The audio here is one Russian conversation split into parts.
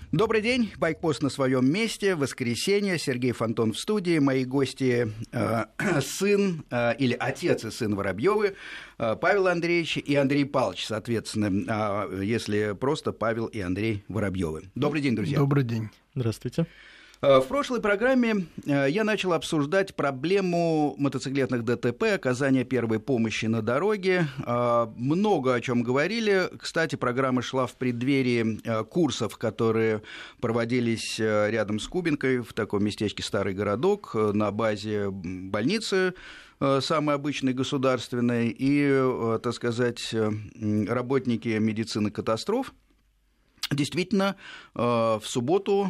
Добрый день, Байкпост на своем месте, воскресенье, Сергей Фонтон в студии, мои гости сын или отец и сын Воробьевы, Павел Андреевич и Андрей Павлович, соответственно, если просто Павел и Андрей Воробьевы. Добрый день, друзья. Добрый день. Здравствуйте. В прошлой программе я начал обсуждать проблему мотоциклетных ДТП, оказания первой помощи на дороге. Много о чем говорили. Кстати, программа шла в преддверии курсов, которые проводились рядом с Кубинкой, в таком местечке Старый Городок, на базе больницы, самой обычной государственной, и, так сказать, работники медицины катастроф. Действительно, в субботу,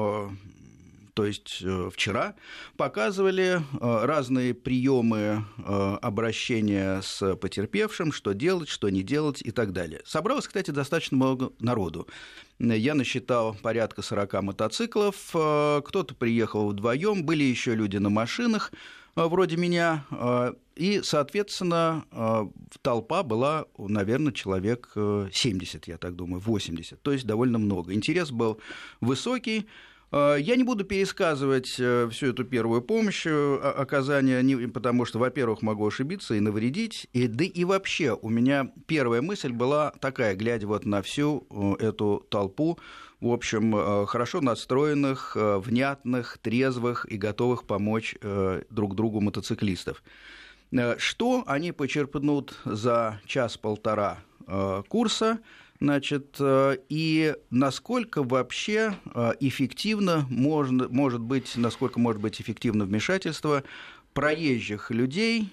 то есть вчера, показывали разные приемы обращения с потерпевшим, что делать, что не делать и так далее. Собралось, кстати, достаточно много народу. Я насчитал порядка 40 мотоциклов, кто-то приехал вдвоем, были еще люди на машинах, вроде меня, и, соответственно, толпа была, наверное, человек 70, я так думаю, 80, то есть довольно много. Интерес был высокий. Я не буду пересказывать всю эту первую помощь оказания, потому что, во-первых, могу ошибиться и навредить, да и вообще у меня первая мысль была такая, глядя вот на всю эту толпу, в общем, хорошо настроенных, внятных, трезвых и готовых помочь друг другу мотоциклистов. Что они почерпнут за час-полтора курса, значит, и насколько вообще эффективно может быть эффективно вмешательство проезжих людей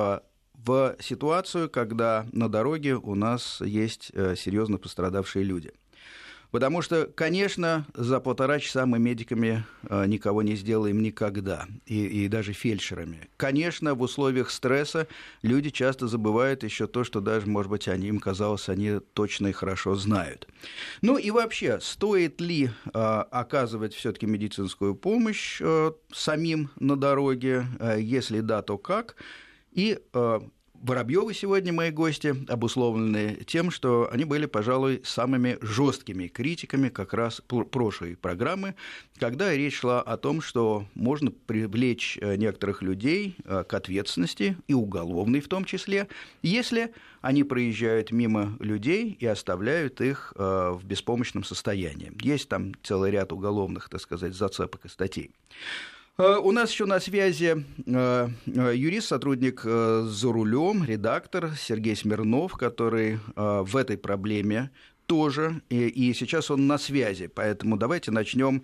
в ситуацию, когда на дороге у нас есть серьезно пострадавшие люди. Потому что, конечно, за 1,5 часа мы медиками никого не сделаем никогда, и даже фельдшерами. Конечно, в условиях стресса люди часто забывают еще то, что даже, может быть, им казалось, они точно и хорошо знают. Ну и вообще, стоит ли оказывать все-таки медицинскую помощь самим на дороге? Если да, то как? И Воробьевы сегодня мои гости обусловлены тем, что они были, пожалуй, самыми жесткими критиками как раз прошлой программы, когда речь шла о том, что можно привлечь некоторых людей к ответственности, и уголовной в том числе, если они проезжают мимо людей и оставляют их в беспомощном состоянии. Есть там целый ряд уголовных, так сказать, зацепок и статей. У нас еще на связи юрист, сотрудник «За рулем», редактор Сергей Смирнов, который в этой проблеме тоже, и сейчас он на связи, поэтому давайте начнем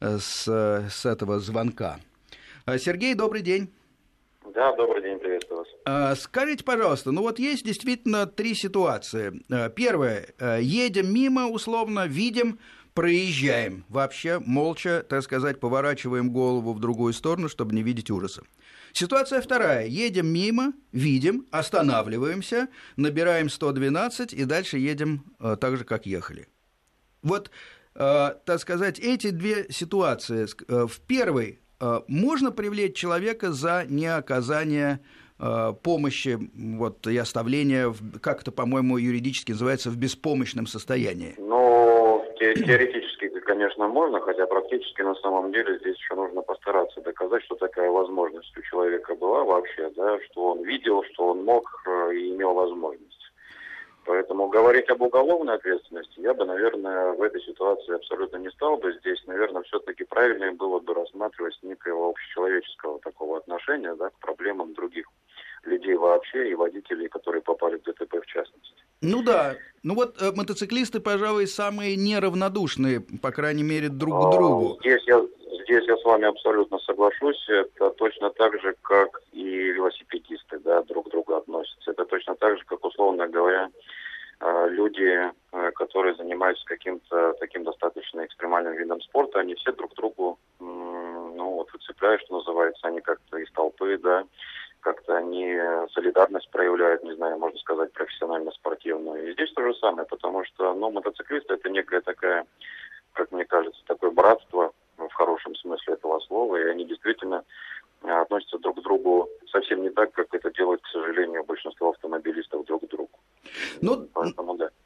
с этого звонка. Сергей, добрый день. Да, добрый день, приветствую вас. Скажите, пожалуйста, ну вот есть действительно 3 ситуации. Первое, едем мимо, условно, видим, проезжаем, вообще молча, так сказать, поворачиваем голову в другую сторону, чтобы не видеть ужаса. Ситуация вторая. Едем мимо, видим, останавливаемся, набираем 112 и дальше едем так же, как ехали. Вот, так сказать, эти 2 ситуации. В первой можно привлечь человека за неоказание помощи вот, и оставления, как это, по-моему, юридически называется, в беспомощном состоянии? Теоретически, конечно, можно, хотя практически на самом деле здесь еще нужно постараться доказать, что такая возможность у человека была вообще, да, что он видел, что он мог и имел возможность. Поэтому говорить об уголовной ответственности я бы, наверное, в этой ситуации абсолютно не стал бы. Здесь, наверное, все-таки правильнее было бы рассматривать с некоего общечеловеческого такого отношения, да, к проблемам других людей вообще и водителей, которые попали в ДТП в частности. Ну да, ну вот мотоциклисты, пожалуй, самые неравнодушные, по крайней мере, друг к другу. Здесь я с вами абсолютно соглашусь. Это точно так же, как и велосипедисты, да, друг к другу относятся. Это точно так же, как, условно говоря, люди, которые занимаются каким-то таким достаточно экстремальным видом спорта, они все друг к другу, выцепляют, что называется, они как-то из толпы, да, как-то они солидарность проявляют, не знаю, можно сказать, профессионально-спортивную. И здесь то же самое, потому что, мотоциклисты — это некая такая, как мне кажется, такое братство в хорошем смысле этого слова, и они действительно относятся друг к другу совсем не так, как это делает, к сожалению, большинство автомобилистов друг к другу. Ну, поэтому, да.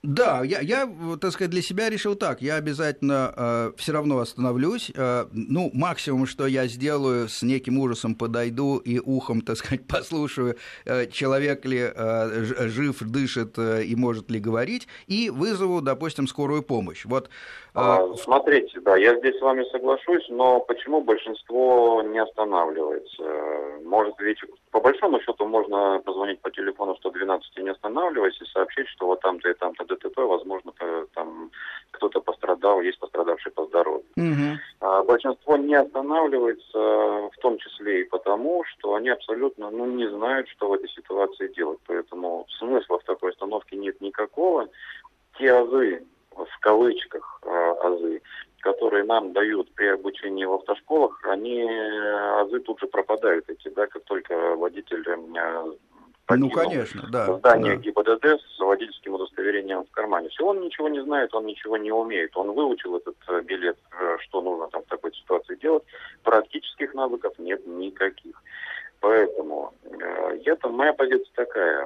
Да, я, так сказать, для себя решил так. Я обязательно все равно остановлюсь. Максимум, что я сделаю, с неким ужасом подойду и ухом, так сказать, послушаю, человек ли жив, дышит и может ли говорить, и вызову, допустим, скорую помощь. Вот. Смотрите, да, я здесь с вами соглашусь, но почему большинство не останавливается? Может, ведь по большому счету можно позвонить по телефону 112 и не останавливаясь, и сообщить, что вот там-то и там-то ДТП, возможно, там кто-то пострадал, есть пострадавший по здоровью. Угу. Большинство не останавливается, в том числе и потому, что они абсолютно не знают, что в этой ситуации делать. Поэтому смысла в такой остановке нет никакого. Те азы, в кавычках азы, которые нам дают при обучении в автошколах, азы тут же пропадают, как только водитель конечно, да, здание ГИБДД с водительским удостоверением в кармане. Все, он ничего не знает, он ничего не умеет. Он выучил этот билет, что нужно там в такой ситуации делать. Практических навыков нет никаких. Поэтому моя позиция такая.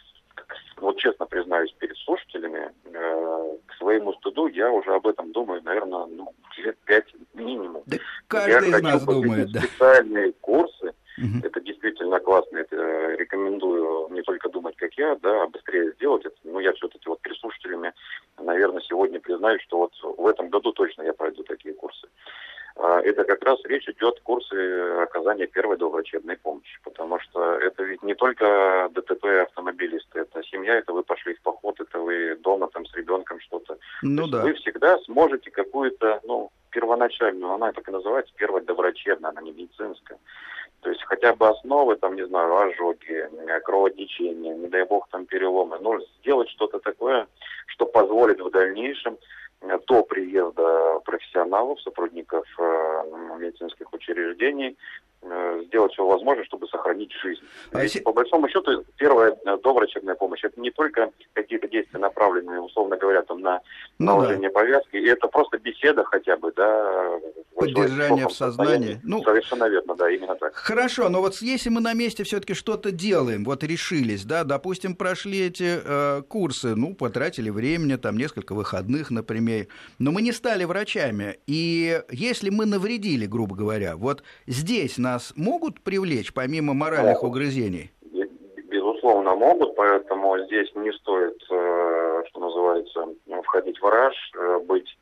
Вот честно признаюсь перед слушателями, к своему стыду я уже об этом думаю, наверное, лет 5 минимум. Да, каждый из нас думает, да. Специальные курсы, это действительно классно, это рекомендую не только думать, как я, да, а быстрее сделать это. Но я все-таки перед слушателями, наверное, сегодня признаюсь, что в этом году точно я пройду такие курсы. Это как раз речь идет о курсе оказания первой доврачебной помощи, потому что это ведь не только ДТП автомобилисты, это семья, это вы пошли в поход, это вы дома там с ребенком что-то. Да. Вы всегда сможете какую-то, первоначальную, она так и называется, первая доврачебная, она не медицинская. То есть хотя бы основы, ожоги, кровотечения, не дай бог переломы, сделать что-то такое, что позволит в дальнейшем до приезда профессионалов, сотрудников медицинских учреждений, сделать все возможное, чтобы сохранить жизнь. Ведь, по большому счету, первая доврачебная помощь, это не только какие-то действия, направленные, условно говоря, на наложение повязки, и это просто беседа хотя бы, да. Поддержание в сознании. Совершенно верно, да, именно так. Хорошо, но если мы на месте все-таки что-то делаем, решились, да, допустим, прошли эти курсы, потратили времени, несколько выходных, например, но мы не стали врачами, и если мы навредили, грубо говоря, здесь нас могут привлечь, помимо моральных угрызений? Безусловно, могут, поэтому здесь не стоит, что называется, входить в раж, быть,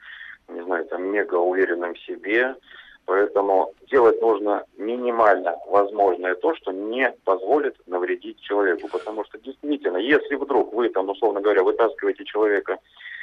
мега уверенным в себе. Поэтому делать нужно минимально возможное то, что не позволит навредить человеку. Потому что действительно, если вдруг вы, условно говоря, вытаскиваете человека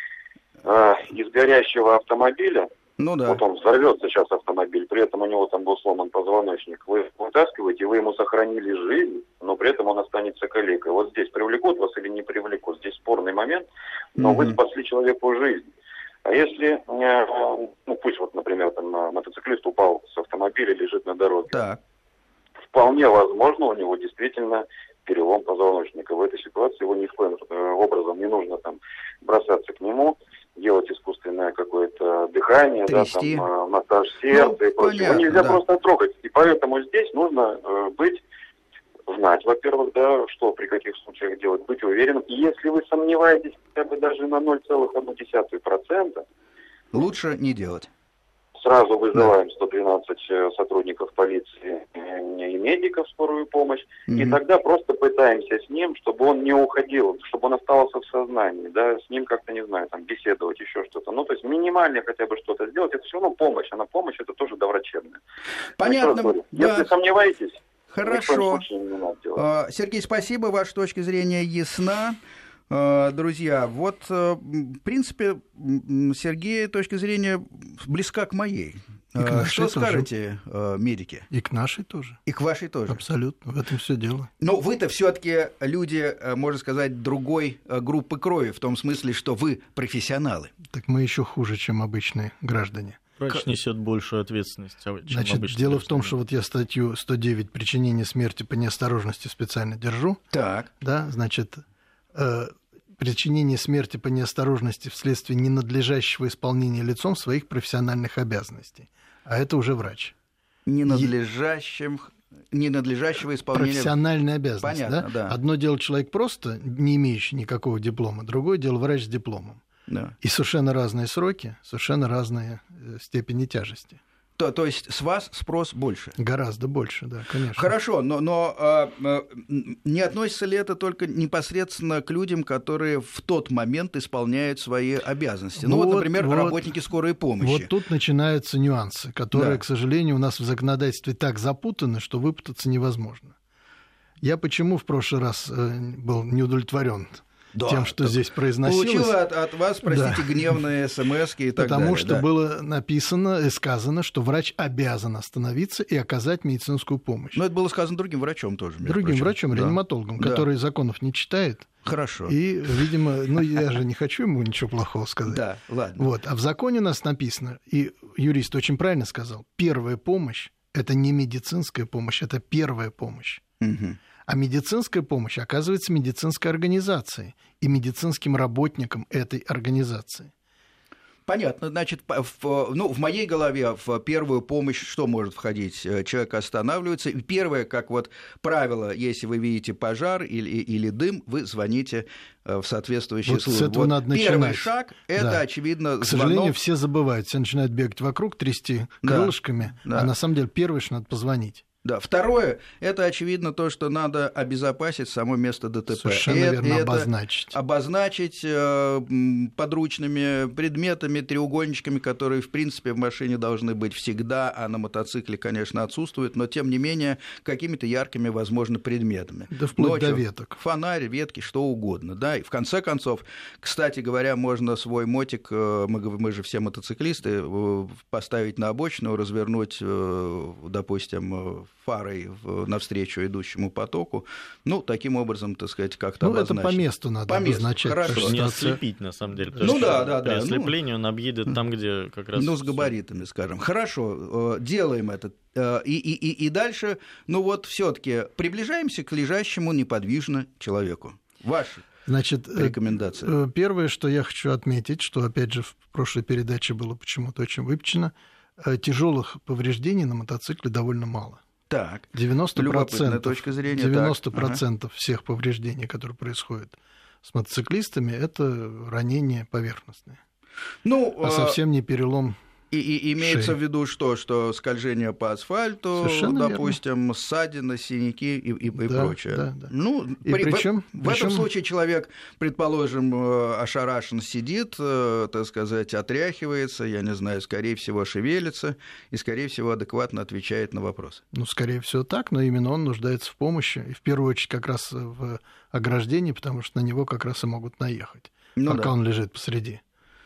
из горящего автомобиля, вот он взорвется сейчас автомобиль, при этом у него был сломан позвоночник. Вы вытаскиваете, вы ему сохранили жизнь, но при этом он останется калекой. Вот здесь привлекут вас или не привлекут. Здесь спорный момент, но вы спасли человеку жизнь. А если, пусть например, мотоциклист упал с автомобиля, лежит на дороге. Так. Вполне возможно, у него действительно перелом позвоночника. В этой ситуации его ни в коем образом не нужно бросаться к нему, делать искусственное какое-то дыхание, трясти. Массаж сердца и прочее. Его нельзя просто трогать. И поэтому здесь нужно знать, во-первых, что при каких случаях делать, быть уверенным. И если вы сомневаетесь хотя бы даже на 0,1%, лучше не делать. Сразу вызываем 112 сотрудников полиции и медиков в скорую помощь, и тогда просто пытаемся с ним, чтобы он не уходил, чтобы он оставался в сознании, с ним как-то, беседовать, еще что-то. То есть минимально хотя бы что-то сделать, это все равно помощь, это тоже доврачебная. Понятно. Если сомневаетесь, хорошо. Сергей, спасибо, ваша точка зрения ясна. Друзья, в принципе, Сергея точка зрения близка к моей. Что скажете, медики? И к нашей тоже. И к вашей тоже. Абсолютно, в этом все дело. Но вы-то все-таки люди, можно сказать, другой группы крови, в том смысле, что вы профессионалы. Так мы еще хуже, чем обычные граждане. Врач несет большую ответственность, чем обычный. Дело в том, что я статью 109 «Причинение смерти по неосторожности» специально держу. Так. Да, причинение смерти по неосторожности вследствие ненадлежащего исполнения лицом своих профессиональных обязанностей. А это уже врач. Ненадлежащим ненадлежащего исполнения. Профессиональная обязанность. Понятно, да? Одно дело человек просто, не имеющий никакого диплома, другое дело врач с дипломом. Да. И совершенно разные сроки, совершенно разные степени тяжести. То есть с вас спрос больше? Гораздо больше, да, конечно. Хорошо, но не относится ли это только непосредственно к людям, которые в тот момент исполняют свои обязанности? Например, работники скорой помощи. Вот тут начинаются нюансы, которые, Да. к сожалению, у нас в законодательстве так запутаны, что выпутаться невозможно. Я почему в прошлый раз был не удовлетворен тем, что здесь произносилось. Получил от вас, простите, гневные смс-ки и так далее. Потому что было написано и сказано, что врач обязан остановиться и оказать медицинскую помощь. Но это было сказано другим врачом тоже. Другим врачом, да. реаниматологом, который законов не читает. Хорошо. И, видимо, я же не хочу ему ничего плохого сказать. Да, ладно. Вот. А в законе у нас написано, и юрист очень правильно сказал, первая помощь – это не медицинская помощь, это первая помощь. Угу. А медицинская помощь оказывается медицинской организацией и медицинским работникам этой организации. Понятно. Значит, в моей голове в первую помощь что может входить? Человек останавливается. И первое, как вот правило, если вы видите пожар или дым, вы звоните в соответствующие службы. С этого надо начинать. Первый шаг – это, очевидно, звонок. К сожалению, все забывают. Все начинают бегать вокруг, трясти крылышками. Да. А на самом деле первое, что надо позвонить. Да. Второе – это, очевидно, то, что надо обезопасить само место ДТП. Совершенно верно, обозначить. Обозначить подручными предметами, треугольничками, которые, в принципе, в машине должны быть всегда, а на мотоцикле, конечно, отсутствуют, но, тем не менее, какими-то яркими, возможно, предметами. Да вплоть до веток. Фонарь, ветки, что угодно. Да? И в конце концов, кстати говоря, можно свой мотик, мы же все мотоциклисты, поставить на обочину, развернуть, допустим, фарой навстречу идущему потоку, таким образом, так сказать, как-то обозначить. Это по месту надо обозначать. Хорошо. Не ослепить, на самом деле. Да. При ослеплении он объедет там, где как раз... с габаритами, скажем. Хорошо, делаем это. И дальше, все-таки приближаемся к лежащему неподвижно человеку. Ваши рекомендации. Первое, что я хочу отметить, что, опять же, в прошлой передаче было почему-то очень выпечено, тяжелых повреждений на мотоцикле довольно мало. Так, 90%, точка зрения, 90% всех повреждений, которые происходят с мотоциклистами, это ранения поверхностные. А совсем не перелом. И имеется в виду что скольжение по асфальту, совершенно допустим, верно. ссадины, синяки и прочее. Да. В этом случае человек, предположим, ошарашен сидит, так сказать, отряхивается, я не знаю, скорее всего, шевелится и, скорее всего, адекватно отвечает на вопросы. Скорее всего так, но именно он нуждается в помощи, и в первую очередь как раз в ограждении, потому что на него как раз и могут наехать, пока он лежит посреди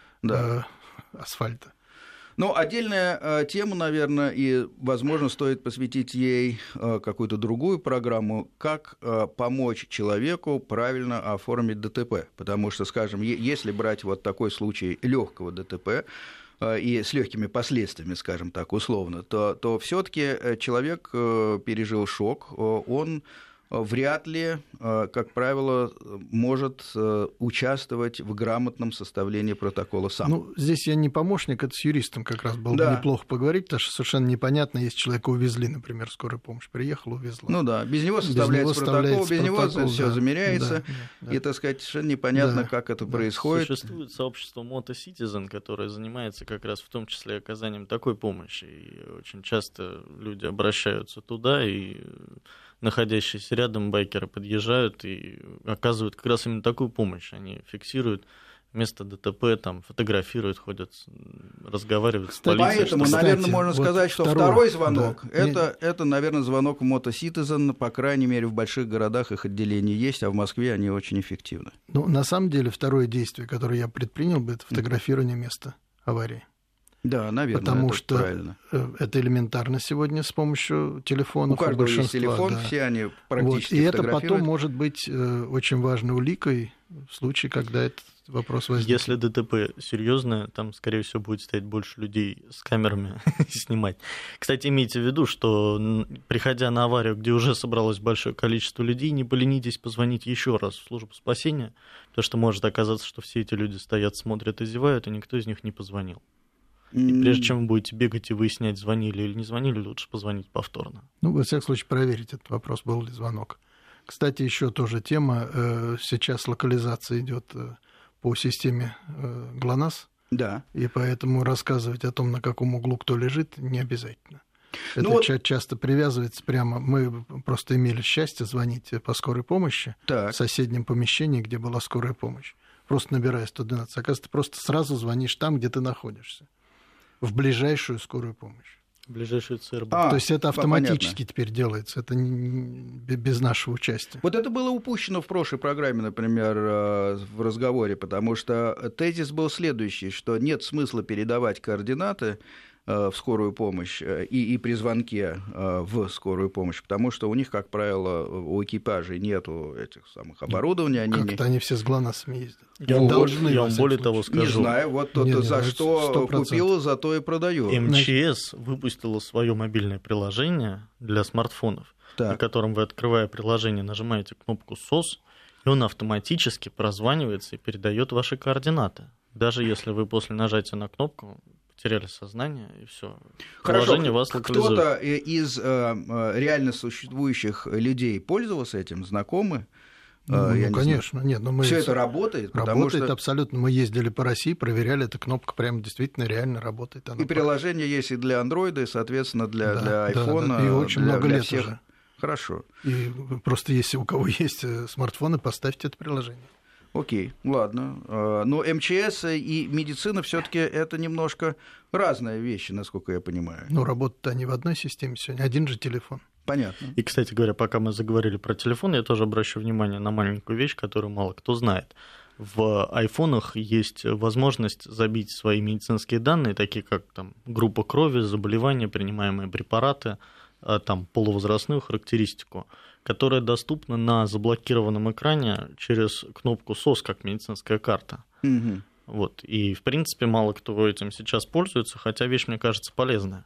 асфальта. Отдельная тема, наверное, и, возможно, стоит посвятить ей какую-то другую программу, как помочь человеку правильно оформить ДТП. Потому что, скажем, если брать вот такой случай легкого ДТП, и с легкими последствиями, скажем так, условно, то все-таки человек пережил шок, он вряд ли, как правило, может участвовать в грамотном составлении протокола сам. Здесь я не помощник, это с юристом как раз было бы неплохо поговорить, потому что совершенно непонятно, если человека увезли, например, скорая помощь приехала, увезла. Без него составляется протокол, без него все замеряется, и, так сказать, совершенно непонятно, как это происходит. Существует сообщество MotoCitizen, которое занимается как раз в том числе оказанием такой помощи, и очень часто люди обращаются туда, и находящиеся рядом байкеры подъезжают и оказывают как раз именно такую помощь. Они фиксируют место ДТП, там, фотографируют, ходят, разговаривают с полицией. Поэтому, наверное, можно сказать, что второй звонок, это, наверное, звонок в MotoCitizen, по крайней мере, в больших городах их отделения есть, а в Москве они очень эффективны. На самом деле, второе действие, которое я предпринял бы, это фотографирование места аварии. Да, наверное, потому это что правильно. Это элементарно сегодня с помощью телефонов. У каждого есть телефон, все они практически и это потом может быть очень важной уликой в случае, когда этот вопрос возникнет. Если ДТП серьезное, там, скорее всего, будет стоять больше людей с камерами снимать. Кстати, имейте в виду, что, приходя на аварию, где уже собралось большое количество людей, не поленитесь позвонить еще раз в службу спасения, потому что может оказаться, что все эти люди стоят, смотрят и зевают, и никто из них не позвонил. И прежде чем вы будете бегать и выяснять, звонили или не звонили, лучше позвонить повторно. Ну, во всяком случае, проверить этот вопрос, был ли звонок. Кстати, еще тоже тема. Сейчас локализация идет по системе ГЛОНАСС. Да. И поэтому рассказывать о том, на каком углу кто лежит, не обязательно. Это часто привязывается прямо. Мы просто имели счастье звонить по скорой помощи в соседнем помещении, где была скорая помощь. Просто набирая 112. Оказывается, ты просто сразу звонишь там, где ты находишься. В ближайшую скорую помощь. В ближайшую ЦРБ. То есть это автоматически теперь делается. Это без нашего участия. Вот это было упущено в прошлой программе, например, в разговоре, потому что тезис был следующий, что нет смысла передавать координаты в скорую помощь и при звонке в скорую помощь, потому что у них, как правило, у экипажей нету этих самых оборудований. Как-то они все с ГЛОНАССами ездят. Я вам более того скажу. Не знаю, вот за что 100%. Купил, за то и продаю. МЧС выпустила свое мобильное приложение для смартфонов, на котором вы, открывая приложение, нажимаете кнопку СОС, и он автоматически прозванивается и передает ваши координаты. Даже если вы после нажатия на кнопку потеряли сознание, и все. Приложение вас локализует. Кто-то из реально существующих людей пользовался этим, знакомы? Конечно. Нет, но все это работает? Работает абсолютно. Мы ездили по России, проверяли, эта кнопка прямо действительно реально работает. И приложение есть и для Андроида, и, соответственно, для айфона. И очень много лет всех. Уже. Хорошо. И просто если у кого есть смартфоны, поставьте это приложение. Окей, ладно. Но МЧС и медицина все-таки это немножко разные вещи, насколько я понимаю. Ну, работают они в одной системе сегодня, один же телефон. Понятно. И, кстати говоря, пока мы заговорили про телефон, я тоже обращу внимание на маленькую вещь, которую мало кто знает. В айфонах есть возможность забить свои медицинские данные, такие как там, группа крови, заболевания, принимаемые препараты, там, полувозрастную характеристику, которая доступна на заблокированном экране через кнопку СОС, как медицинская карта. Угу. Вот. И, в принципе, мало кто этим сейчас пользуется, хотя вещь, мне кажется, полезная.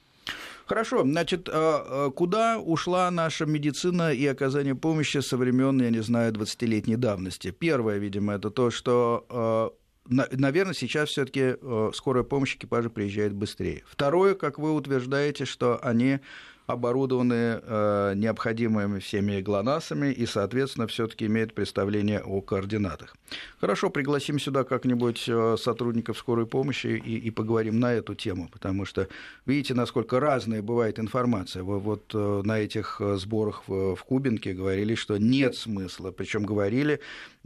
Хорошо, значит, куда ушла наша медицина и оказание помощи со времен, я не знаю, 20-летней давности? Первое, видимо, это то, что, наверное, сейчас все-таки скорая помощь экипажа приезжает быстрее. Второе, как вы утверждаете, что они оборудованы необходимыми всеми ГЛОНАССами и, соответственно, все-таки имеют представление о координатах. Хорошо, пригласим сюда как-нибудь сотрудников скорой помощи и поговорим на эту тему, потому что видите, насколько разная бывает информация. Вот на этих сборах в Кубинке говорили, что нет смысла, причем говорили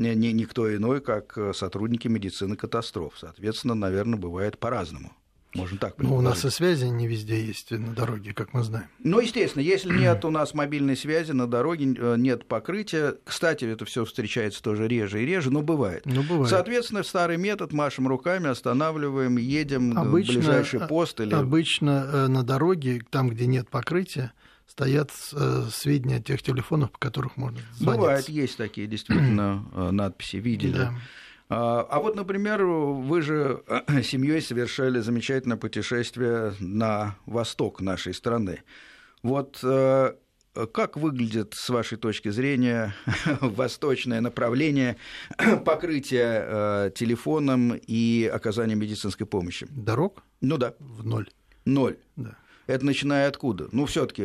никто иной, как сотрудники медицины катастроф. Соответственно, наверное, бывает по-разному. Можно так предположить. У нас и связи не везде есть на дороге, как мы знаем. Ну, естественно, если нет у нас мобильной связи на дороге, нет покрытия. Кстати, это все встречается тоже реже и реже, но бывает. Соответственно, старый метод: машем руками, останавливаем, едем в ближайший пост. Обычно на дороге, там, где нет покрытия, стоят сведения о тех телефонах, по которым можно звонить. Бывает, есть такие действительно надписи, видели. Да. А вот, например, вы же семьей совершали замечательное путешествие на восток нашей страны. Вот как выглядит, с вашей точки зрения, восточное направление покрытия телефоном и оказания медицинской помощи? Дорог? Ну да. В ноль. Ноль? Да. Это начиная откуда? Ну, все-таки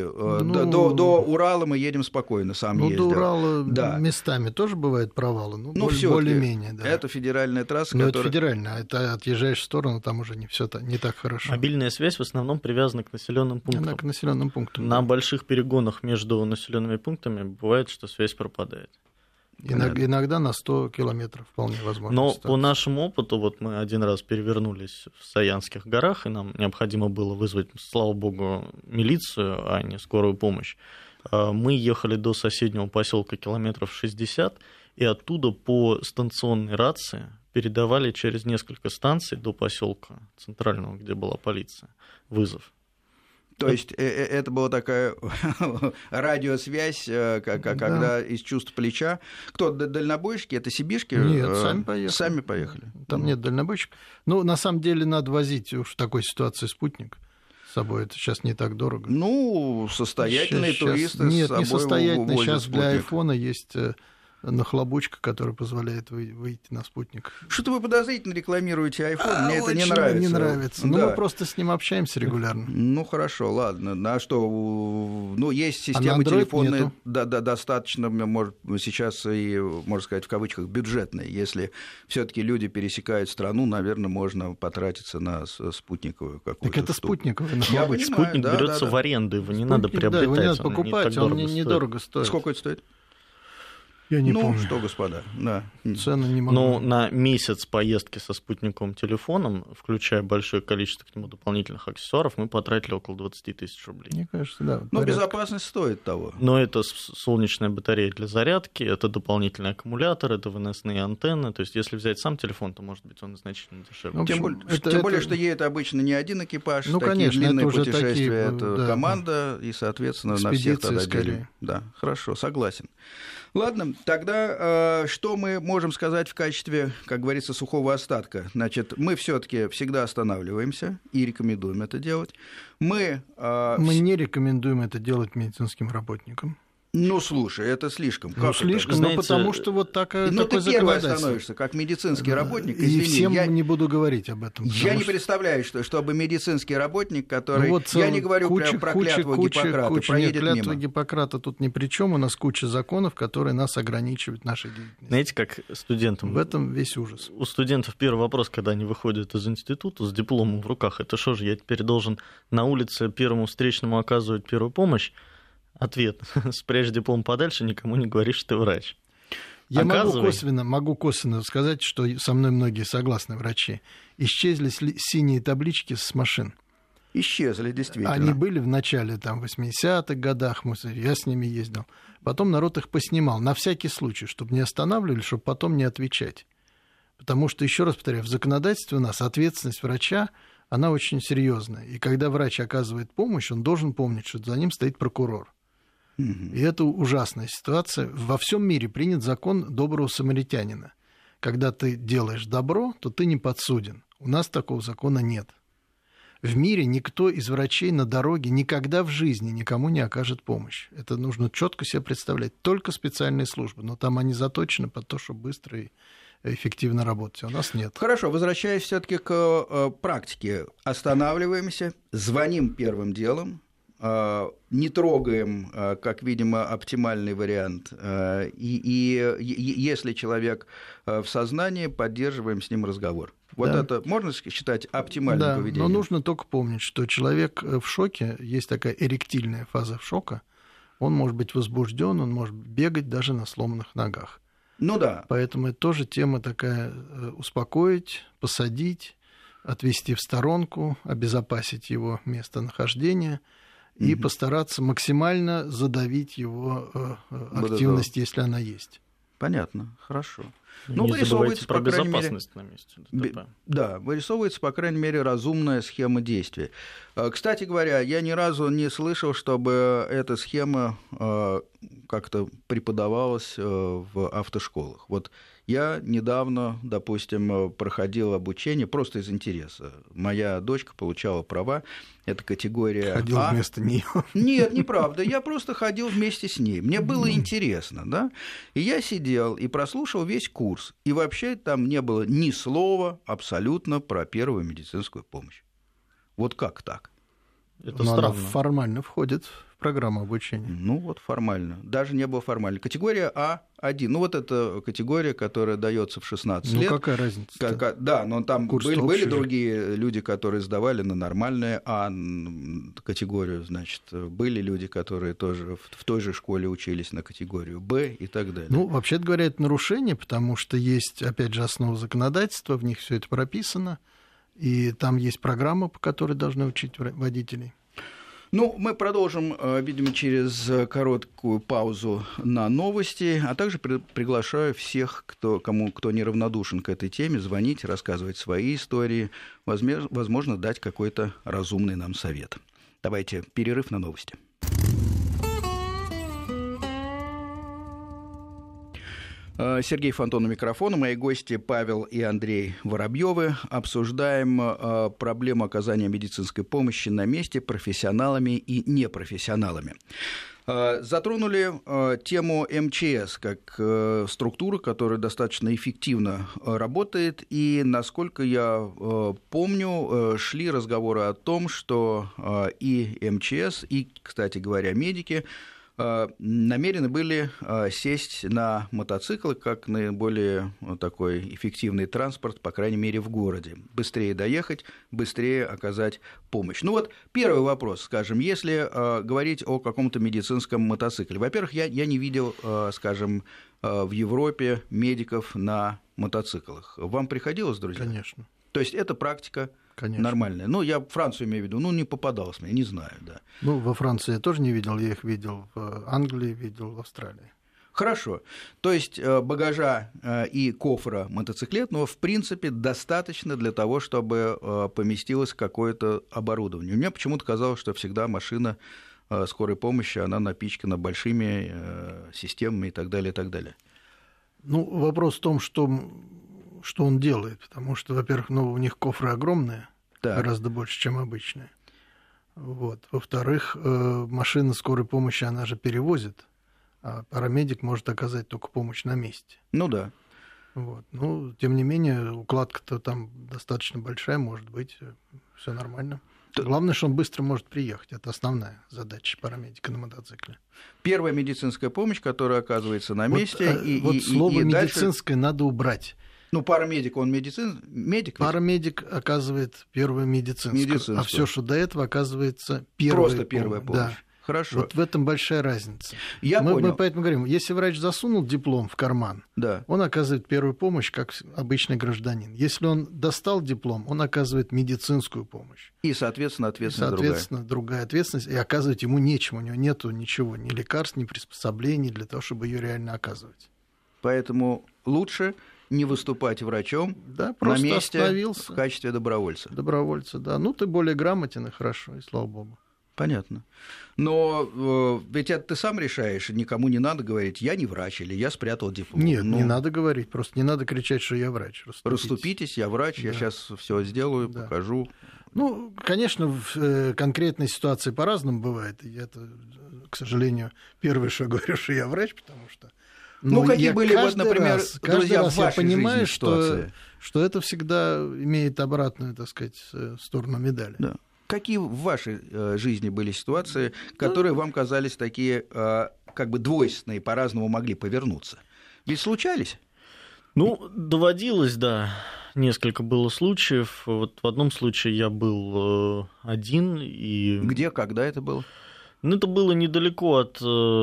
до Урала мы едем спокойно, сам ездил. До Урала местами тоже бывают провалы, более-менее. Да. Это федеральная трасса, которая... это федеральная, это отъезжаешь в сторону, там уже не все не так хорошо. Мобильная связь в основном привязана к населенным пунктам. Она к населенным пунктам. На больших перегонах между населенными пунктами бывает, что связь пропадает. Иногда на 100 километров вполне возможно. Но по нашему опыту, вот мы один раз перевернулись в Саянских горах, и нам необходимо было вызвать, слава богу, милицию, а не скорую помощь. Мы ехали до соседнего поселка километров 60, и оттуда по станционной рации передавали через несколько станций до поселка центрального, где была полиция, вызов. То есть это была такая радиосвязь, когда из чувств плеча. Кто, дальнобойщики, это сибишки? Нет, сами поехали. Сами поехали. Там нет дальнобойщиков. Ну, на самом деле, надо возить уж в такой ситуации спутник с собой. Это сейчас не так дорого. Ну, состоятельные туристы нет, с собой не состоятельные. возят сейчас спутник. для айфона есть нахлобучка, которая позволяет выйти на спутник. Что-то вы подозрительно рекламируете iPhone, мне это не нравится. Не нравится. Да. Ну, мы просто с ним общаемся регулярно. Ну, хорошо, ладно. А что, ну, есть системы телефонные, достаточно, может, сейчас и, можно сказать, в кавычках, бюджетные. Если все-таки люди пересекают страну, наверное, можно потратиться на спутниковую какую-то Так это спутниковый. Спутник берется в аренду, его не надо приобретать. Да, его не надо покупать, он недорого стоит. Сколько это стоит? Я не помню. Что, господа, да. Цены не могу. Но на месяц поездки со спутниковым телефоном, включая большое количество к нему дополнительных аксессуаров, мы потратили около 20 тысяч рублей. Мне кажется, да. Но безопасность стоит того. Но это солнечная батарея для зарядки, это дополнительный аккумулятор, это выносные антенны. То есть, если взять сам телефон, то, может быть, он значительно дешевле. Ну, тем более, что едет обычно не один экипаж, такие конечно, длинные путешествия, это команда, и, соответственно, на всех тогда делим. Да, хорошо, согласен. Ладно, тогда что мы можем сказать в качестве, как говорится, сухого остатка? Значит, мы все-таки всегда останавливаемся и рекомендуем это делать. Мы не рекомендуем это делать медицинским работникам. Ну, слушай, это слишком. Как слишком, знаете, потому что вот такое законодательство. Ну, ты первый становишься, как медицинский работник. Извини, и всем я не буду говорить об этом. Я не представляю, чтобы медицинский работник, который... Ну, вот я не говорю про клятву Гиппократа, проедет мимо. Клятва Гиппократа тут ни при чем. У нас куча законов, которые нас ограничивают в нашей деятельности. Знаете, как студентам... В этом весь ужас. У студентов первый вопрос, когда они выходят из института с дипломом в руках, это что же, я теперь должен на улице первому встречному оказывать первую помощь? Ответ. Спрячь диплом подальше, никому не говори, что ты врач. Я могу косвенно сказать, что со мной многие согласны врачи. Исчезли синие таблички с машин. Исчезли, действительно. Они были в начале 80-х годах, я с ними ездил. Потом народ их поснимал, на всякий случай, чтобы не останавливали, чтобы потом не отвечать. Потому что, еще раз повторяю, в законодательстве у нас ответственность врача, она очень серьезная. И когда врач оказывает помощь, он должен помнить, что за ним стоит прокурор. И это ужасная ситуация. Во всем мире принят закон доброго самаритянина. Когда ты делаешь добро, то ты не подсуден. У нас такого закона нет. В мире никто из врачей на дороге никогда в жизни никому не окажет помощь. Это нужно четко себе представлять. Только специальные службы. Но там они заточены под то, чтобы быстро и эффективно работать. А у нас нет. Хорошо, возвращаясь все-таки к практике. Останавливаемся, звоним первым делом, не трогаем, как, видимо, оптимальный вариант. И если человек в сознании, поддерживаем с ним разговор. Вот да. Это можно считать оптимальным поведением? Но нужно только помнить, что человек в шоке, есть такая эректильная фаза шока, он может быть возбужден, он может бегать даже на сломанных ногах. Ну да. Поэтому это тоже тема такая: успокоить, посадить, отвести в сторонку, обезопасить его местонахождение и постараться максимально задавить его активность, если она есть. Понятно, хорошо. Ну, вырисовывается, про безопасность на месте ДТП. Да, вырисовывается, по крайней мере, разумная схема действий. Кстати говоря, я ни разу не слышал, чтобы эта схема как-то преподавалась в автошколах. Вот я недавно, допустим, проходил обучение просто из интереса. Моя дочка получала права, это категория Ходил вместо нее? Нет, неправда, я просто ходил вместе с ней. Мне было интересно, да? И я сидел и прослушал весь курс. И вообще там не было ни слова абсолютно про первую медицинскую помощь. Вот как так? Это странно. Она формально входит в программу обучения. Ну вот формально. Даже не было формально. Категория А1. Ну вот это категория, которая дается в 16 лет. Ну какая разница? Да, но там были другие люди, которые сдавали на нормальную А-категорию. Значит, были люди, которые тоже в той же школе учились на категорию Б и так далее. Ну, вообще-то говоря, это нарушение, потому что есть, опять же, основа законодательства, в них все это прописано. И там есть программа, по которой должны учить водителей. Ну, мы продолжим, видимо, через короткую паузу на новости, а также приглашаю всех, кто неравнодушен к этой теме, звонить, рассказывать свои истории, возможно, дать какой-то разумный нам совет. Давайте перерыв на новости. Сергей Фонтон у микрофона. Мои гости Павел и Андрей Воробьевы. Обсуждаем проблему оказания медицинской помощи на месте профессионалами и непрофессионалами. Затронули тему МЧС как структуры, которая достаточно эффективно работает. И, насколько я помню, шли разговоры о том, что и МЧС, и, кстати говоря, медики намерены были сесть на мотоциклы как наиболее такой эффективный транспорт, по крайней мере, в городе. Быстрее доехать, быстрее оказать помощь. Ну вот первый вопрос, скажем, если говорить о каком-то медицинском мотоцикле. Во-первых, я не видел, скажем, в Европе медиков на мотоциклах. Вам приходилось, друзья? Конечно. То есть это практика... Конечно. Нормальная. Ну, я Францию имею в виду, не попадалось мне, не знаю, да. Ну, во Франции я тоже не видел, я их видел в Англии, видел в Австралии. Хорошо. То есть багажа и кофра мотоциклетного, в принципе, достаточно для того, чтобы поместилось какое-то оборудование. У меня почему-то казалось, что всегда машина скорой помощи, она напичкана большими системами и так далее, и так далее. Ну, вопрос в том, что он делает, потому что, во-первых, у них кофры огромные, гораздо больше, чем обычные. Вот. Во-вторых, машина скорой помощи, она же перевозит, а парамедик может оказать только помощь на месте. Ну да. Вот. Ну, тем не менее, укладка-то там достаточно большая, может быть, все нормально. Главное, что он быстро может приехать. Это основная задача парамедика на мотоцикле. Первая медицинская помощь, которая оказывается на месте. Слово «медицинская» надо убрать. Ну, парамедик, он медик? Парамедик оказывает первую медицинскую. А все, что до этого, оказывается просто первая помощь. Да. Хорошо. Вот в этом большая разница. Мы поэтому говорим, если врач засунул диплом в карман, он оказывает первую помощь, как обычный гражданин. Если он достал диплом, он оказывает медицинскую помощь. И, соответственно, другая ответственность. И оказывать ему нечем. У него нету ничего, ни лекарств, ни приспособлений для того, чтобы ее реально оказывать. Поэтому лучше не выступать врачом на месте в качестве добровольца. Добровольца, да. Ну, ты более грамотен, и хорошо, и слава богу. Понятно. Но ведь это ты сам решаешь, никому не надо говорить, я не врач, или я спрятал диплом. Нет, не надо говорить, просто не надо кричать, что я врач. Расступитесь, я врач, я сейчас все сделаю, покажу. Ну, конечно, в конкретной ситуации по-разному бывает. И это, к сожалению, первое, что я говорю, что я врач, потому что... какие были, например, друзья, в вашей жизни понимаю, ситуации? Что это всегда имеет обратную, так сказать, сторону медали. Да. Какие в вашей жизни были ситуации, которые вам казались такие, как бы двойственные, по-разному могли повернуться? Ведь случались? Доводилось, да. Несколько было случаев. Вот в одном случае я был один. И... Где, когда это было? Это было недалеко от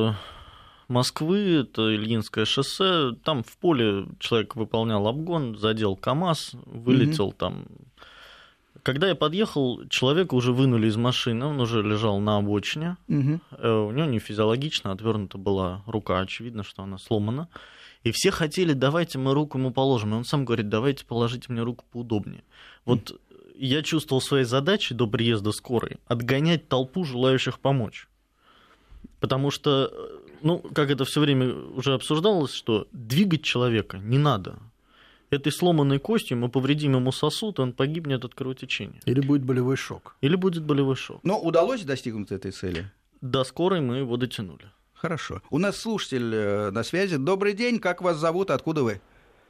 Москвы, это Ильинское шоссе. Там в поле человек выполнял обгон, задел КАМАЗ, вылетел там. Когда я подъехал, человека уже вынули из машины, он уже лежал на обочине. У него нефизиологично отвернута была рука, очевидно, что она сломана. И все хотели, давайте мы руку ему положим. И он сам говорит, давайте положите мне руку поудобнее. Вот я чувствовал своей задачей до приезда скорой отгонять толпу желающих помочь. Потому что, как это все время уже обсуждалось, что двигать человека не надо. Этой сломанной костью мы повредим ему сосуд, и он погибнет от кровотечения. Или будет болевой шок. Но удалось достигнуть этой цели? До скорой мы его дотянули. Хорошо. У нас слушатель на связи. Добрый день. Как вас зовут? Откуда вы?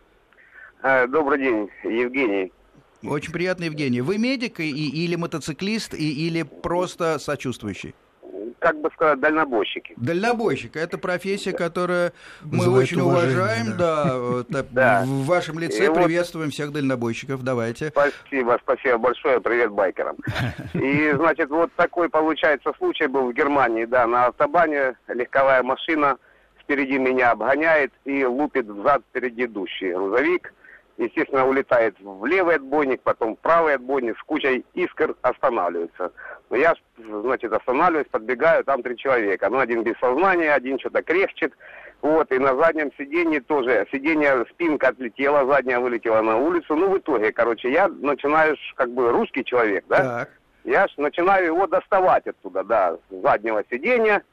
Добрый день, Евгений. Очень приятно, Евгений. Вы медик или мотоциклист, или просто сочувствующий? Как бы сказать, дальнобойщики. Дальнобойщик – это профессия, которую мы очень уважаем. Да. В вашем лице приветствуем всех дальнобойщиков. Давайте. Спасибо большое. Привет байкерам. И, значит, вот такой, получается, случай был в Германии. Да, на автобане легковая машина впереди меня обгоняет и лупит взад впереди идущий грузовик. Естественно, улетает в левый отбойник, потом в правый отбойник, с кучей искр останавливается. Но я, значит, останавливаюсь, подбегаю, там 3 человека. Один без сознания, один что-то кряхчет. Вот, и на заднем сиденье тоже. Спинка отлетела, задняя вылетела на улицу. В итоге, я начинаю, русский человек, да? Так. Я начинаю его доставать оттуда, с заднего сиденья.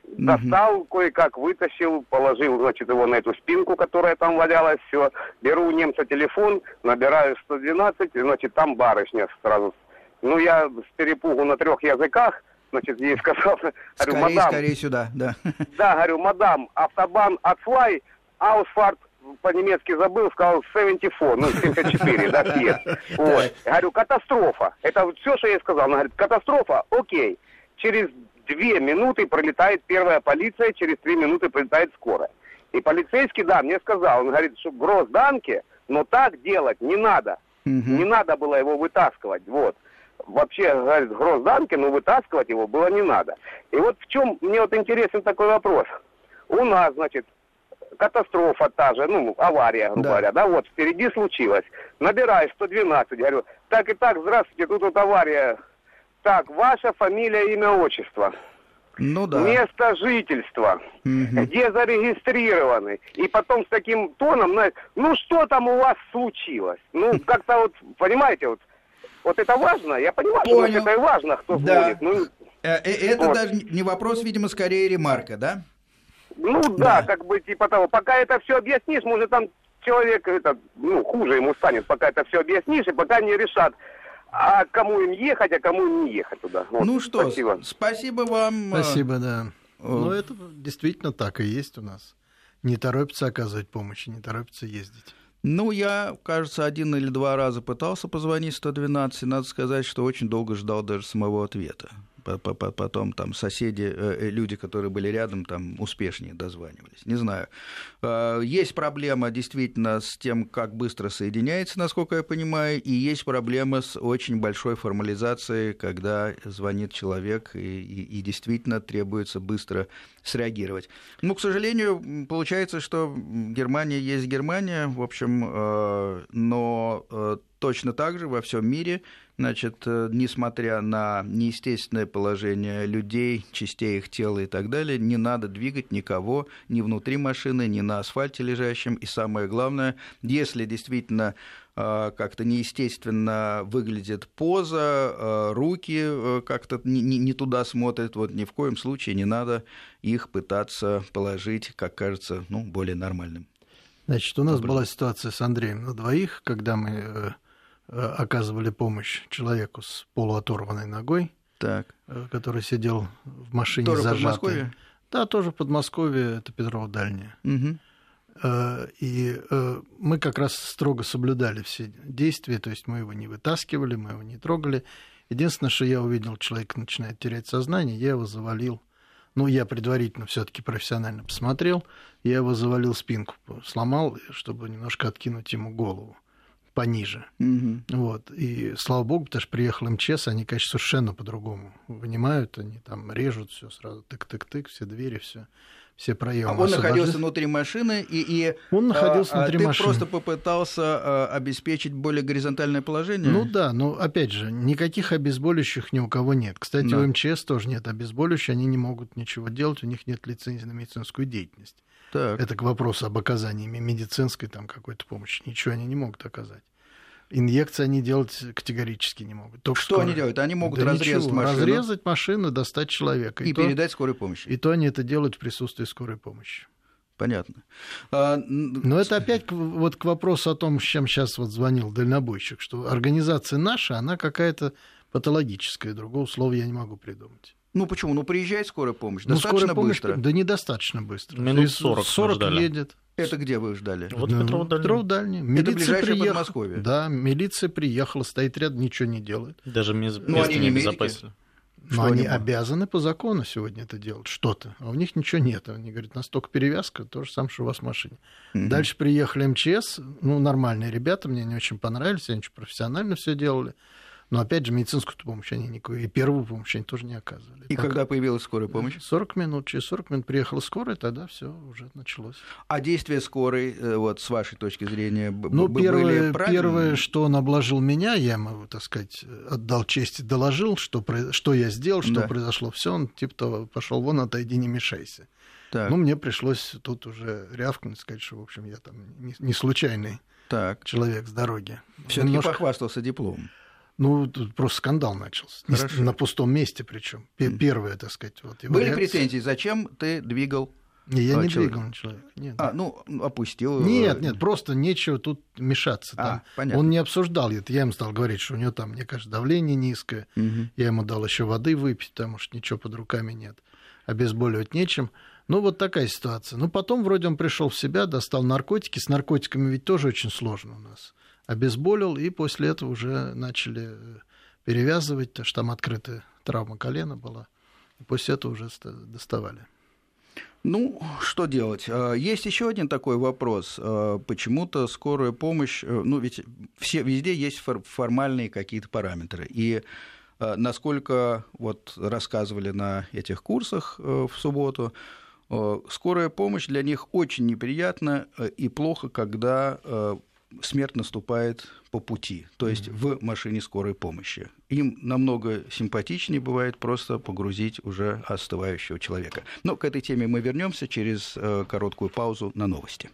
Достал, кое-как вытащил, положил, значит, его на эту спинку, которая там валялась, все. Беру у немца телефон, набираю 112, значит, там барышня сразу. Ну, я с перепугу на 3 языках, значит, ей сказал, говорю, мадам... Скорее сюда, да. Да, говорю, мадам, автобан Ацлай, Аусфарт, по-немецки забыл, сказал 74, ну, 74, да, съезд. Вот. Говорю, катастрофа. Это все, что я ей сказал. Она говорит, катастрофа, окей. Через 2 минуты пролетает первая полиция, через 3 минуты прилетает скорая. И полицейский, да, мне сказал, он говорит, что в Гросданке, но так делать не надо. Не надо было его вытаскивать, вот. Вообще, говорит, в Гросданке, но вытаскивать его было не надо. И вот в чем мне вот интересен такой вопрос. У нас, значит, катастрофа та же, ну, авария, грубо говоря, да, вот, впереди случилось. Набираю 112, говорю, так и так, здравствуйте, тут вот авария. Так, ваша фамилия, имя, отчество. Ну да. Место жительства. Где зарегистрированы. И потом с таким тоном, ну, что там у вас случилось? Ну, как-то вот, понимаете, вот это важно. Я понимаю, что это и важно, кто звонит. Ну, это вот. Даже не вопрос, видимо, скорее ремарка, да? Ну да, как бы типа того. Пока это все объяснишь, может там человек, хуже ему станет, пока это все объяснишь, и пока не решат, а кому им ехать, а кому не ехать туда. Вот, ну что, спасибо вам. Спасибо, да. Ну это действительно так и есть у нас. Не торопятся оказывать помощь, не торопятся ездить. Ну, я, кажется, 1 или 2 раза пытался позвонить 112, и надо сказать, что очень долго ждал даже самого ответа. Потом там соседи, люди, которые были рядом, там успешнее дозванивались. Не знаю. Есть проблема действительно с тем, как быстро соединяется, насколько я понимаю, и есть проблема с очень большой формализацией, когда звонит человек и действительно требуется быстро среагировать. Ну, к сожалению, получается, что Германия есть Германия, в общем, но точно так же во всем мире, значит, несмотря на неестественное положение людей, частей их тела и так далее, не надо двигать никого ни внутри машины, ни на асфальте лежащем. И самое главное, если действительно как-то неестественно выглядит поза, руки как-то не туда смотрят, вот ни в коем случае не надо их пытаться положить, как кажется, более нормальным. Значит, у нас была ситуация с Андреем на двоих, когда мы оказывали помощь человеку с полуоторванной ногой, который сидел в машине тоже зажатый. В Подмосковье? Да, тоже в Подмосковье, это Петрово Дальнее. И мы как раз строго соблюдали все действия, то есть мы его не вытаскивали, мы его не трогали. Единственное, что я увидел, человек начинает терять сознание, я его завалил. Ну, я предварительно все-таки профессионально посмотрел, я его завалил, спинку сломал, чтобы немножко откинуть ему голову пониже. Вот. И слава богу, потому что приехал МЧС, они, конечно, совершенно по-другому вынимают, они там режут все сразу, тык-тык-тык, все двери, все проемы. А он находился внутри машины, и он находился внутри ты машины. Просто попытался обеспечить более горизонтальное положение? Ну да, но опять же, никаких обезболивающих ни у кого нет. Кстати, у МЧС тоже нет обезболивающих, они не могут ничего делать, у них нет лицензии на медицинскую деятельность. Так. Это к вопросу об оказании медицинской там какой-то помощи. Ничего они не могут оказать. Инъекции они делать категорически не могут. Только что они делают? Они могут разрезать машину. Разрезать машину, достать человека. И передать скорой помощи. И то они это делают в присутствии скорой помощи. Понятно. Но это опять вот к вопросу о том, с чем сейчас вот звонил дальнобойщик, что организация наша, она какая-то патологическая. Другого слова я не могу придумать. Ну почему? Ну приезжает скорая помощь. Достаточно быстро? Да недостаточно быстро. Минут 40 едет. Это где вы ждали? Вот Петров Дальний. Это ближайшее Подмосковье. Да, милиция приехала, стоит рядом, ничего не делает. Даже место не безопасили. Но они обязаны по закону сегодня это делать, что-то. А у них ничего нет. Они говорят, настолько перевязка, то же самое, что у вас в машине. Дальше приехали МЧС, нормальные ребята, мне не очень понравились, они очень профессионально все делали. Но, опять же, медицинскую помощь они никакую, и первую помощь они тоже не оказывали. И когда появилась скорая помощь? 40 минут. Через 40 минут приехала скорая, тогда все уже началось. А действия скорой, вот с вашей точки зрения, были правильными? Первое, что он обложил меня, я ему, так сказать, отдал честь и доложил, что я сделал, что произошло. Все, он типа того, пошел вон, отойди, не мешайся. Так. Мне пришлось тут уже рявкнуть, сказать, что, в общем, я там не случайный человек с дороги. Все-таки похвастался дипломом. Ну, тут просто скандал начался. Хорошо. На пустом месте причем. Первое, так сказать. Вот его были претензии, зачем ты двигал? Я не двигал человека. Нет. Опустил. Нет, просто нечего тут мешаться. Он не обсуждал это. Я ему стал говорить, что у него там, мне кажется, давление низкое. Угу. Я ему дал еще воды выпить, потому что ничего под руками нет. Обезболивать нечем. Ну, вот такая ситуация. Ну, потом вроде он пришел в себя, достал наркотики. С наркотиками ведь тоже очень сложно у нас. Обезболил, и после этого уже начали перевязывать, потому что там открытая травма колена была. И после этого уже доставали. Ну, что делать? Есть еще один такой вопрос. Почему-то скорая помощь, ведь везде есть формальные какие-то параметры. И насколько вот рассказывали на этих курсах в субботу, скорая помощь для них очень неприятна и плохо, когда смерть наступает по пути, то есть в машине скорой помощи. Им намного симпатичнее бывает просто погрузить уже остывающего человека. Но к этой теме мы вернемся через короткую паузу на новости.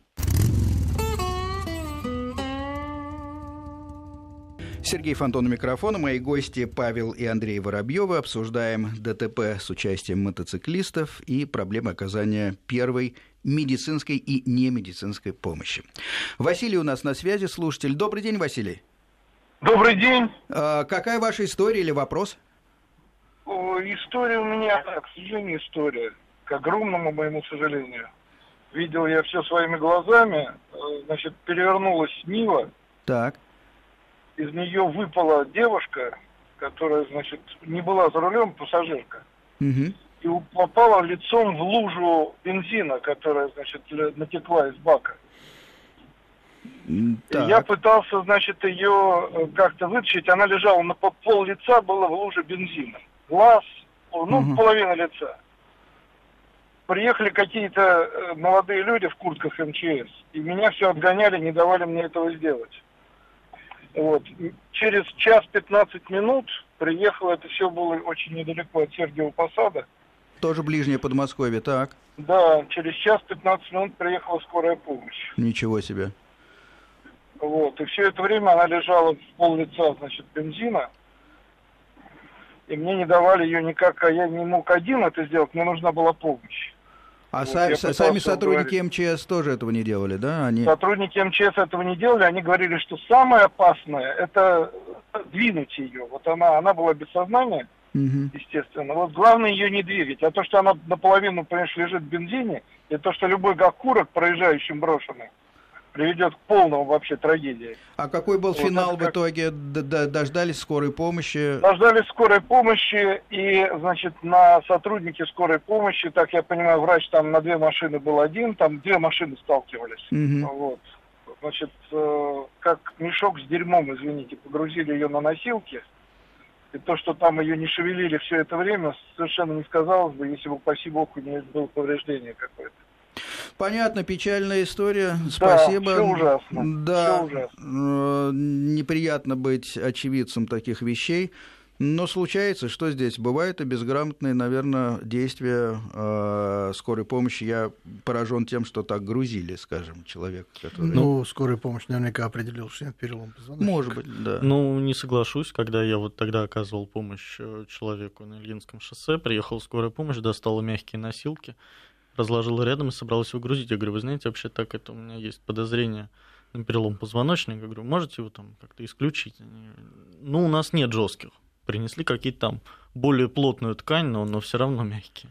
Сергей Фонтон у микрофона. Мои гости Павел и Андрей Воробьевы. Обсуждаем ДТП с участием мотоциклистов и проблемы оказания первой медицинской и немедицинской помощи. Василий у нас на связи, слушатель. Добрый день, Василий. Добрый день. Какая ваша история или вопрос? История у меня, к сожалению, история. К огромному моему сожалению. Видел я все своими глазами. Значит, перевернулась Нива. Так. Из нее выпала девушка, которая, значит, не была за рулем, пассажирка. Угу. И попала лицом в лужу бензина, которая, значит, натекла из бака. Я пытался, значит, ее как-то вытащить. Она лежала на пол лица, была в луже бензина. Глаз, половина лица. Приехали какие-то молодые люди в куртках МЧС. И меня все отгоняли, не давали мне этого сделать. Вот. Через час 15 минут приехало, это все было очень недалеко от Сергиева Посада. Тоже ближнее Подмосковье, так? Да, через час 15 минут приехала скорая помощь. Ничего себе. Вот, и все это время она лежала в пол-лица, значит, бензина. И мне не давали ее никак, а я не мог один это сделать, мне нужна была помощь. А вот, сами сотрудники МЧС тоже этого не делали, да? Сотрудники МЧС этого не делали, они говорили, что самое опасное – это двинуть ее. Вот она была без сознания, естественно. Вот главное ее не двигать. А то, что она наполовину, понимаешь, лежит в бензине, и то, что любой окурок проезжающим брошенный, приведет к полному вообще трагедии. А какой был финал в итоге? Дождались скорой помощи? Дождались скорой помощи, и, значит, на сотруднике скорой помощи, так я понимаю, врач там на 2 машины был один, там 2 машины сталкивались. Вот. Значит, как мешок с дерьмом, извините, погрузили ее на носилки. И то, что там ее не шевелили все это время, совершенно не сказалось бы, если бы, упаси бог, у нее было повреждение какое-то. Понятно, печальная история. Спасибо. Да, все ужасно. Да, все ужасно. Неприятно быть очевидцем таких вещей. Но случается, что здесь? Бывают и безграмотные, наверное, действия скорой помощи. Я поражен тем, что так грузили, скажем, человека, который... скорая помощь наверняка определила, что нет перелома позвоночника. Может быть, да. Не соглашусь, когда я вот тогда оказывал помощь человеку на Ильинском шоссе, приехала скорая помощь, достала мягкие носилки, разложила рядом и собралась его грузить. Я говорю, вы знаете, вообще так это у меня есть подозрение на перелом позвоночника. Я говорю, можете его там как-то исключить? У нас нет жестких. Принесли какие-то там более плотную ткань, но все равно мягкие.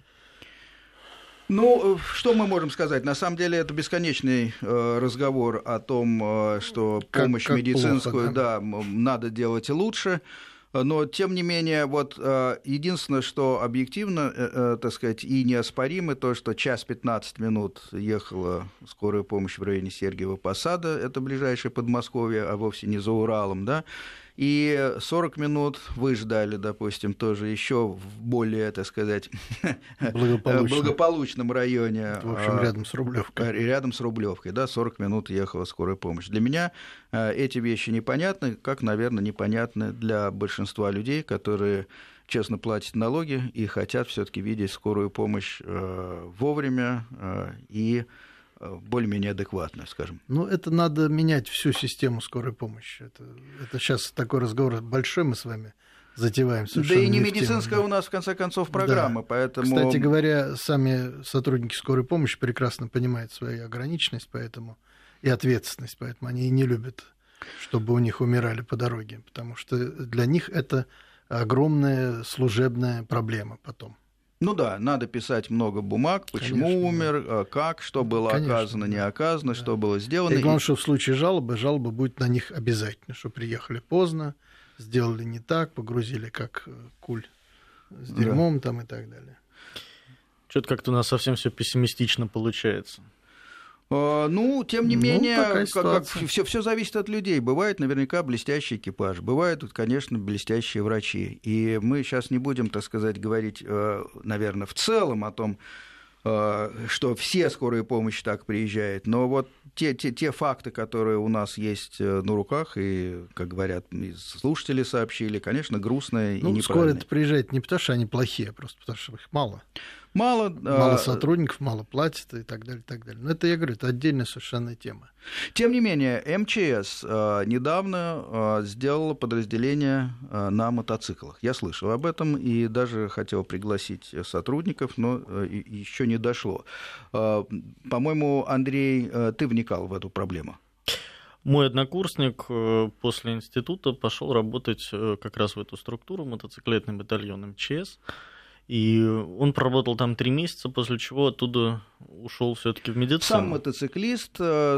Что мы можем сказать? На самом деле это бесконечный разговор о том, что помощь медицинскую, плохо, надо делать лучше. Но, тем не менее, вот единственное, что объективно, так сказать, и неоспоримо, то, что час 15 минут ехала скорая помощь в районе Сергиева Посада, это ближайшее Подмосковье, а вовсе не за Уралом, да, и 40 минут вы ждали, допустим, тоже еще в более, так сказать, благополучном районе. В общем, рядом с Рублевкой. Рядом с Рублевкой, да, 40 минут ехала скорая помощь. Для меня эти вещи непонятны, как, наверное, непонятны для большинства людей, которые честно платят налоги и хотят все-таки видеть скорую помощь вовремя и более-менее адекватную, скажем. Ну, это надо менять всю систему скорой помощи. Это сейчас такой разговор большой мы с вами затеваем. Да и не медицинская у нас, в конце концов, программа, да. Поэтому... Кстати говоря, сами сотрудники скорой помощи прекрасно понимают свою ограниченность, поэтому и ответственность, поэтому они и не любят, чтобы у них умирали по дороге, потому что для них это огромная служебная проблема потом. Ну да, надо писать много бумаг, почему конечно, умер, да. Как, что было конечно, оказано, не оказано, да. Что было сделано. И главное, что в случае жалоба будет на них обязательно, что приехали поздно, сделали не так, погрузили как куль с дерьмом да. Там и так далее. Что-то как-то у нас совсем все пессимистично получается. Ну, тем не менее, все зависит от людей. Бывает наверняка блестящий экипаж, бывают, конечно, блестящие врачи. И мы сейчас не будем, так сказать, говорить, наверное, в целом о том, что все скорые помощи так приезжают, но вот те факты, которые у нас есть на руках, и, как говорят, слушатели сообщили, конечно, грустные и неправильные. Скорые-то приезжают не потому, что они плохие, а просто потому, что их мало. Мало сотрудников, мало платят и так далее, так далее. Но это, я говорю, это отдельная совершенно тема. Тем не менее, МЧС недавно сделало подразделение на мотоциклах. Я слышал об этом и даже хотел пригласить сотрудников, но еще не дошло. По-моему, Андрей, ты вникал в эту проблему. Мой однокурсник после института пошел работать как раз в эту структуру, мотоциклетный батальон МЧС. И он проработал там 3 месяца, после чего оттуда ушел все-таки в медицину. Сам мотоциклист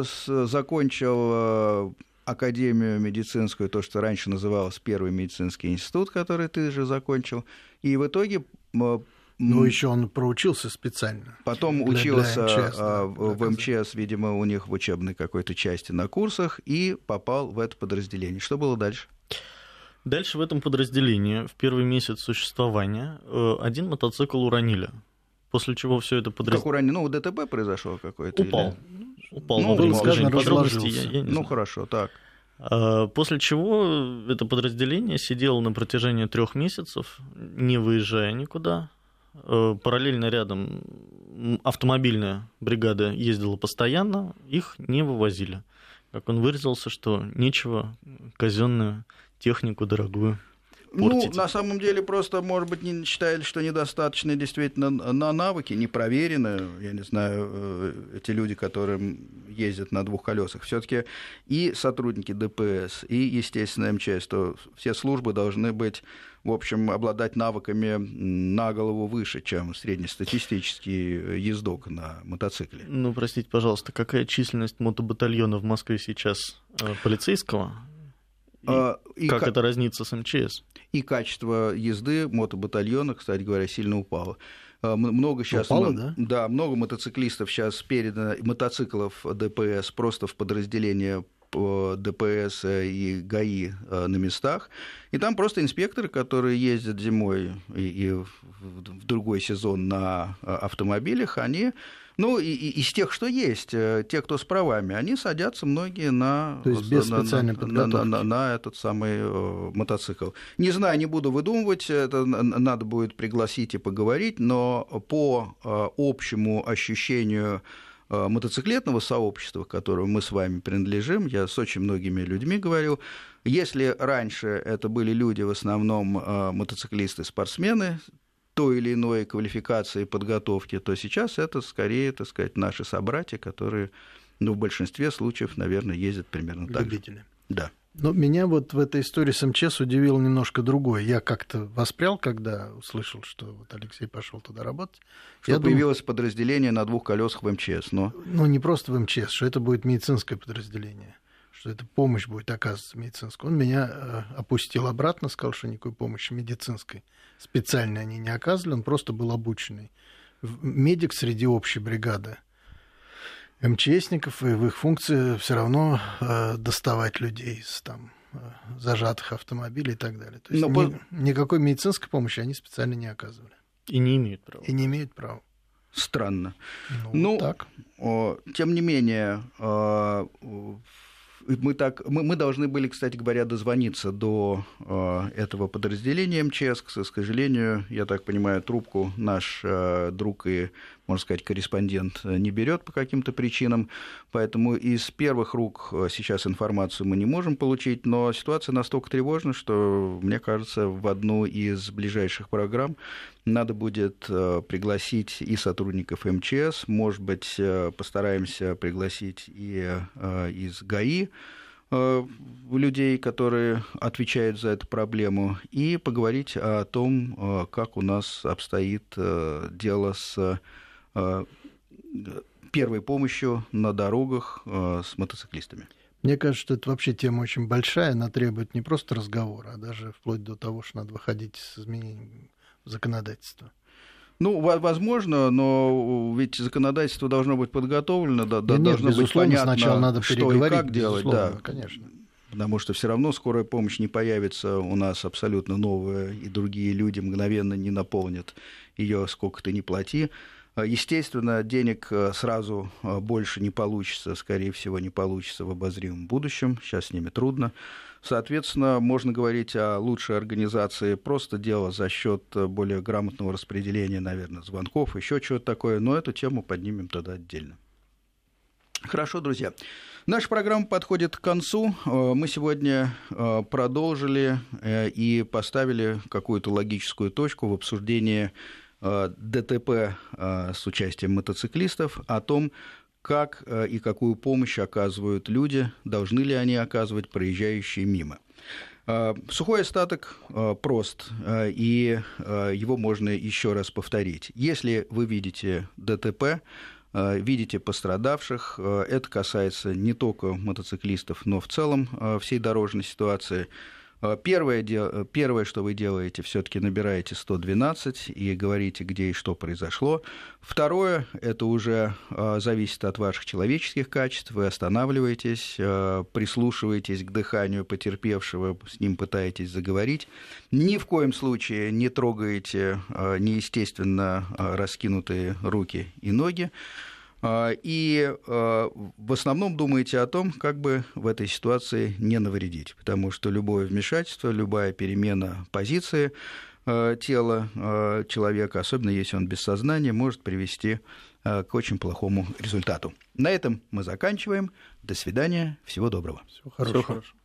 закончил академию медицинскую, то, что раньше называлось Первый медицинский институт, который ты же закончил. И в итоге... Ну, еще он проучился специально. Потом учился МЧС, в МЧС, видимо, у них в учебной какой-то части на курсах, и попал в это подразделение. Что было дальше? Дальше в этом подразделении в первый месяц существования один мотоцикл уронили, после чего все это подразделение... Как уронили? Ну, ДТП произошло какое-то? Упал. Или... Упал. Ну, Было сказано, подробностей я не знаю. Хорошо, так. После чего это подразделение сидело на протяжении 3 месяцев, не выезжая никуда. Параллельно рядом автомобильная бригада ездила постоянно, их не вывозили. Как он выразился, что нечего казенную технику дорогую портить. Ну, на самом деле, просто, может быть, не считали, что недостаточно действительно на навыки, не проверены, я не знаю, эти люди, которые ездят на 2 колесах. Все-таки и сотрудники ДПС, и, естественно, МЧС, то все службы должны быть, в общем, обладать навыками на голову выше, чем среднестатистический ездок на мотоцикле. Ну, простите, пожалуйста, какая численность мотобатальона в Москве сейчас полицейского? И как это разнится с МЧС? И качество езды мотобатальона, кстати говоря, сильно упало. Много сейчас, упало, да? Да, много мотоциклистов сейчас передано, мотоциклов ДПС просто в подразделение ДПС и ГАИ на местах. И там просто инспекторы, которые ездят зимой и в другой сезон на автомобилях, они... Ну, и из тех, что есть, те, кто с правами, они садятся многие на, то есть без специальной подготовки. На этот самый мотоцикл. Не знаю, не буду выдумывать, это надо будет пригласить и поговорить, но по общему ощущению мотоциклетного сообщества, к которому мы с вами принадлежим, я с очень многими людьми говорил, если раньше это были люди в основном мотоциклисты-спортсмены, той или иной квалификации и подготовки, то сейчас это скорее, так сказать, наши собратья, которые, ну, в большинстве случаев, наверное, ездят примерно так же. Любители. Да. Но меня вот в этой истории с МЧС удивило немножко другое. Я как-то воспрял, когда услышал, что вот Алексей пошел туда работать. Что появилось подразделение на 2 колесах в МЧС, но... Ну, не просто в МЧС, что это будет медицинское подразделение, что эта помощь будет оказываться медицинской. Он меня опустил обратно, сказал, что никакой помощи медицинской специально они не оказывали, он просто был обученный. Медик среди общей бригады МЧСников, и в их функции все равно доставать людей из там зажатых автомобилей и так далее. То есть никакой медицинской помощи они специально не оказывали. И не имеют права. И не имеют права. Странно. Ну так. Тем не менее, Мы должны были, кстати говоря, дозвониться до этого подразделения МЧС. К сожалению, я так понимаю, трубку наш друг и, можно сказать, корреспондент не берет по каким-то причинам, поэтому из первых рук сейчас информацию мы не можем получить, но ситуация настолько тревожна, что, мне кажется, в одну из ближайших программ надо будет пригласить и сотрудников МЧС, может быть, постараемся пригласить и из ГАИ людей, которые отвечают за эту проблему, и поговорить о том, как у нас обстоит дело с первой помощью на дорогах с мотоциклистами. Мне кажется, что это вообще тема очень большая, она требует не просто разговора, а даже вплоть до того, что надо выходить с изменением законодательства. Ну, возможно, но ведь законодательство должно быть подготовлено, должно быть понятно, сначала надо что и как делать. Да, конечно. Потому что все равно скорая помощь не появится у нас абсолютно новая, и другие люди мгновенно не наполнят ее, сколько ты ни плати. Естественно, денег сразу больше не получится, скорее всего, не получится в обозримом будущем. Сейчас с ними трудно. Соответственно, можно говорить о лучшей организации просто дела за счет более грамотного распределения, наверное, звонков, еще чего-то такое, но эту тему поднимем тогда отдельно. Хорошо, друзья. Наша программа подходит к концу. Мы сегодня продолжили и поставили какую-то логическую точку в обсуждении ДТП с участием мотоциклистов, о том, как и какую помощь оказывают люди, должны ли они оказывать, проезжающие мимо. Сухой остаток прост, и его можно еще раз повторить. Если вы видите ДТП, видите пострадавших, это касается не только мотоциклистов, но в целом всей дорожной ситуации. Первое, что вы делаете, все-таки набираете 112 и говорите, где и что произошло. Второе, это уже зависит от ваших человеческих качеств. Вы останавливаетесь, прислушиваетесь к дыханию потерпевшего, с ним пытаетесь заговорить. Ни в коем случае не трогаете неестественно раскинутые руки и ноги. И в основном думаете о том, как бы в этой ситуации не навредить, потому что любое вмешательство, любая перемена позиции тела человека, особенно если он без сознания, может привести к очень плохому результату. На этом мы заканчиваем. До свидания. Всего доброго. Всего хорошего.